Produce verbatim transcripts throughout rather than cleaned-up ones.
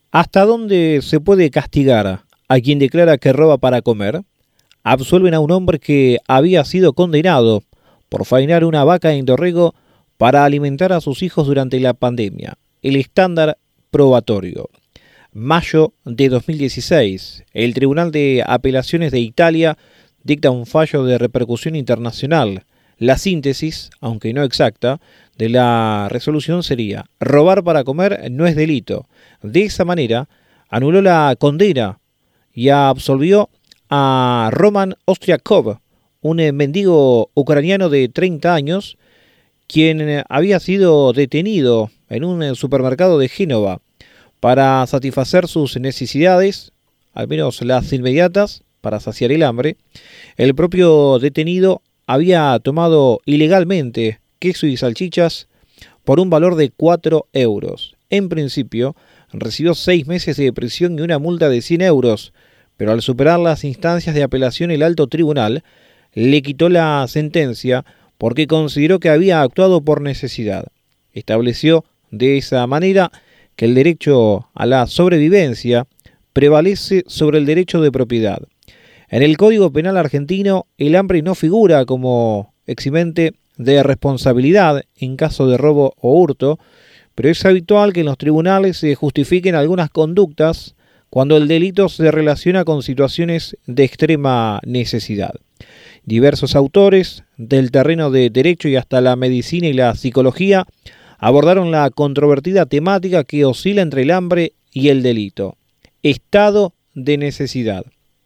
¿Hasta dónde se puede castigar a quien declara que roba para comer? Absuelven a un hombre que había sido condenado por faenar una vaca en Dorrego para alimentar a sus hijos durante la pandemia. El estándar probatorio. Mayo de dos mil dieciséis, el Tribunal de Apelaciones de Italia dicta un fallo de repercusión internacional. La síntesis, aunque no exacta, de la resolución sería: robar para comer no es delito. De esa manera, anuló la condena y absolvió a Roman Ostriakov, un mendigo ucraniano de treinta años, quien había sido detenido en un supermercado de Génova para satisfacer sus necesidades, al menos las inmediatas, para saciar el hambre. El propio detenido había tomado ilegalmente queso y salchichas por un valor de cuatro euros. En principio, recibió seis meses de prisión y una multa de cien euros, pero al superar las instancias de apelación el alto tribunal le quitó la sentencia porque consideró que había actuado por necesidad. Estableció de esa manera que el derecho a la sobrevivencia prevalece sobre el derecho de propiedad. En el Código Penal argentino, el hambre no figura como eximente de responsabilidad en caso de robo o hurto, pero es habitual que en los tribunales se justifiquen algunas conductas cuando el delito se relaciona con situaciones de extrema necesidad. Diversos autores del terreno de derecho y hasta la medicina y la psicología abordaron la controvertida temática que oscila entre el hambre y el delito. Estado de necesidad.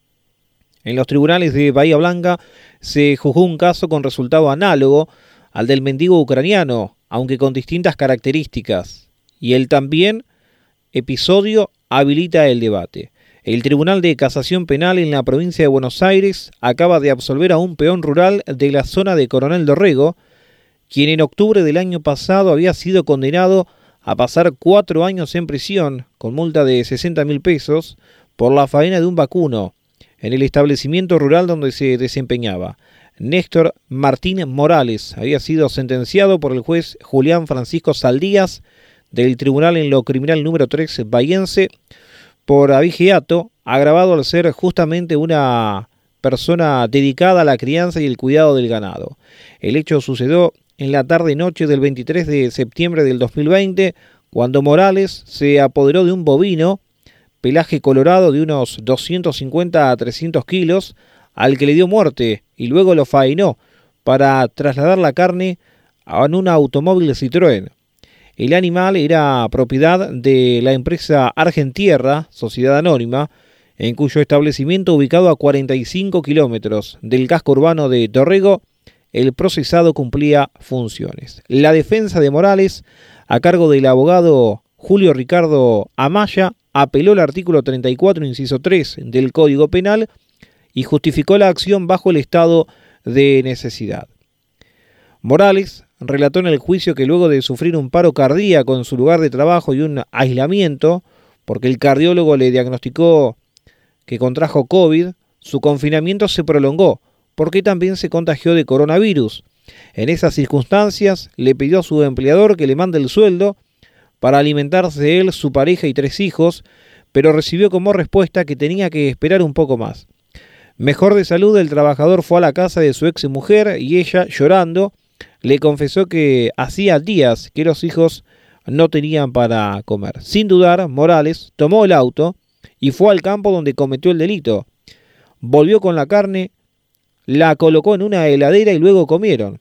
En los tribunales de Bahía Blanca se juzgó un caso con resultado análogo al del mendigo ucraniano, aunque con distintas características, y el también episodio habilita el debate. El Tribunal de Casación Penal en la provincia de Buenos Aires acaba de absolver a un peón rural de la zona de Coronel Dorrego, quien en octubre del año pasado había sido condenado a pasar cuatro años en prisión con multa de sesenta mil pesos por la faena de un vacuno en el establecimiento rural donde se desempeñaba. Néstor Martín Morales había sido sentenciado por el juez Julián Francisco Saldías del Tribunal en lo Criminal número tres bahiense por abigeato, agravado al ser justamente una persona dedicada a la crianza y el cuidado del ganado. El hecho sucedió en la tarde-noche del veintitrés de septiembre del dos mil veinte, cuando Morales se apoderó de un bovino, pelaje colorado de unos doscientos cincuenta a trescientos kilos, al que le dio muerte y luego lo faenó para trasladar la carne en un automóvil Citroën. El animal era propiedad de la empresa Argentierra, sociedad anónima, en cuyo establecimiento ubicado a cuarenta y cinco kilómetros del casco urbano de Dorrego, el procesado cumplía funciones. La defensa de Morales, a cargo del abogado Julio Ricardo Amaya, apeló el artículo treinta y cuatro, inciso tres del Código Penal y justificó la acción bajo el estado de necesidad. Morales relató en el juicio que luego de sufrir un paro cardíaco en su lugar de trabajo y un aislamiento, porque el cardiólogo le diagnosticó que contrajo COVID, su confinamiento se prolongó, porque también se contagió de coronavirus. En esas circunstancias, le pidió a su empleador que le mande el sueldo para alimentarse él, su pareja y tres hijos, pero recibió como respuesta que tenía que esperar un poco más. Mejor de salud, el trabajador fue a la casa de su ex mujer y ella, llorando, le confesó que hacía días que los hijos no tenían para comer. Sin dudar, Morales tomó el auto y fue al campo donde cometió el delito. Volvió con la carne, la colocó en una heladera y luego comieron.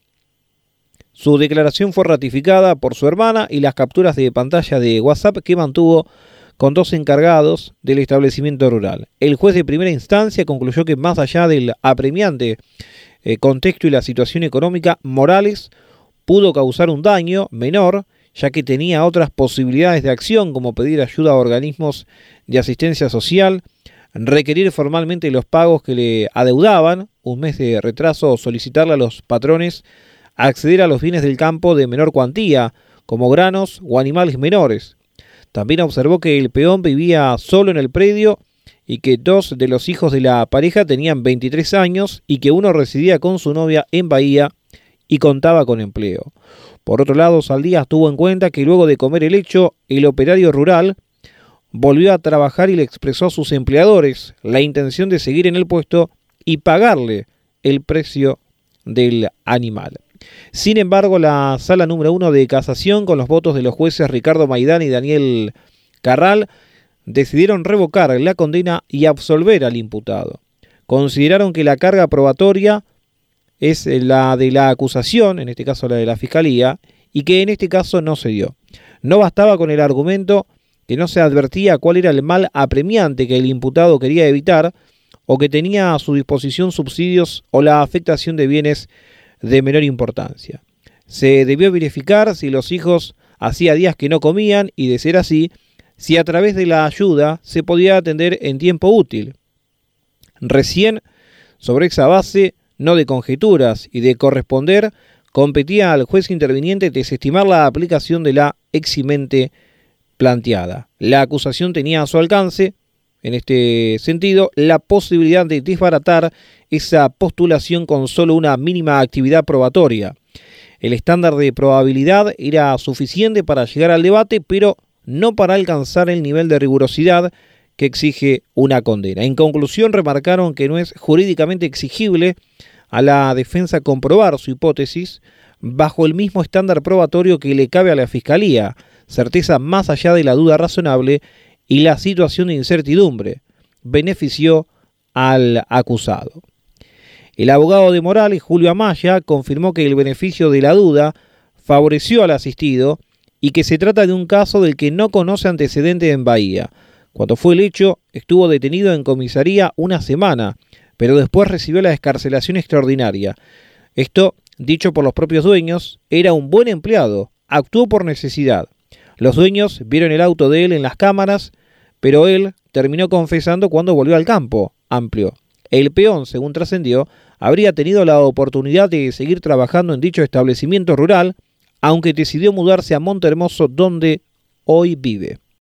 Su declaración fue ratificada por su hermana y las capturas de pantalla de WhatsApp que mantuvo con dos encargados del establecimiento rural. El juez de primera instancia concluyó que más allá del apremiante eh, contexto y la situación económica, Morales pudo causar un daño menor, ya que tenía otras posibilidades de acción como pedir ayuda a organismos de asistencia social, requerir formalmente los pagos que le adeudaban, un mes de retraso o solicitarle a los patrones acceder a los bienes del campo de menor cuantía, como granos o animales menores. También observó que el peón vivía solo en el predio y que dos de los hijos de la pareja tenían veintitrés años y que uno residía con su novia en Bahía y contaba con empleo. Por otro lado, Saldías tuvo en cuenta que luego de comer el hecho, el operario rural volvió a trabajar y le expresó a sus empleadores la intención de seguir en el puesto y pagarle el precio del animal. Sin embargo, la Sala número uno de Casación, con los votos de los jueces Ricardo Maidán y Daniel Carral, decidieron revocar la condena y absolver al imputado. Consideraron que la carga probatoria es la de la acusación, en este caso la de la Fiscalía, y que en este caso no se dio. No bastaba con el argumento que no se advertía cuál era el mal apremiante que el imputado quería evitar o que tenía a su disposición subsidios o la afectación de bienes de menor importancia. Se debió verificar si los hijos hacía días que no comían y, de ser así, si a través de la ayuda se podía atender en tiempo útil. Recién, sobre esa base, no de conjeturas y de corresponder, competía al juez interviniente desestimar la aplicación de la eximente planteada. La acusación tenía a su alcance, en este sentido, la posibilidad de desbaratar esa postulación con solo una mínima actividad probatoria. El estándar de probabilidad era suficiente para llegar al debate, pero no para alcanzar el nivel de rigurosidad que exige una condena. En conclusión, remarcaron que no es jurídicamente exigible a la defensa comprobar su hipótesis bajo el mismo estándar probatorio que le cabe a la Fiscalía, certeza más allá de la duda razonable y la situación de incertidumbre, benefició al acusado. El abogado de Morales, Julio Amaya, confirmó que el beneficio de la duda favoreció al asistido y que se trata de un caso del que no conoce antecedentes en Bahía. Cuando fue el hecho, estuvo detenido en comisaría una semana, pero después recibió la excarcelación extraordinaria. Esto, dicho por los propios dueños, era un buen empleado, actuó por necesidad. Los dueños vieron el auto de él en las cámaras, pero él terminó confesando cuando volvió al campo, amplio. El peón, según trascendió, habría tenido la oportunidad de seguir trabajando en dicho establecimiento rural, aunque decidió mudarse a Montehermoso, donde hoy vive.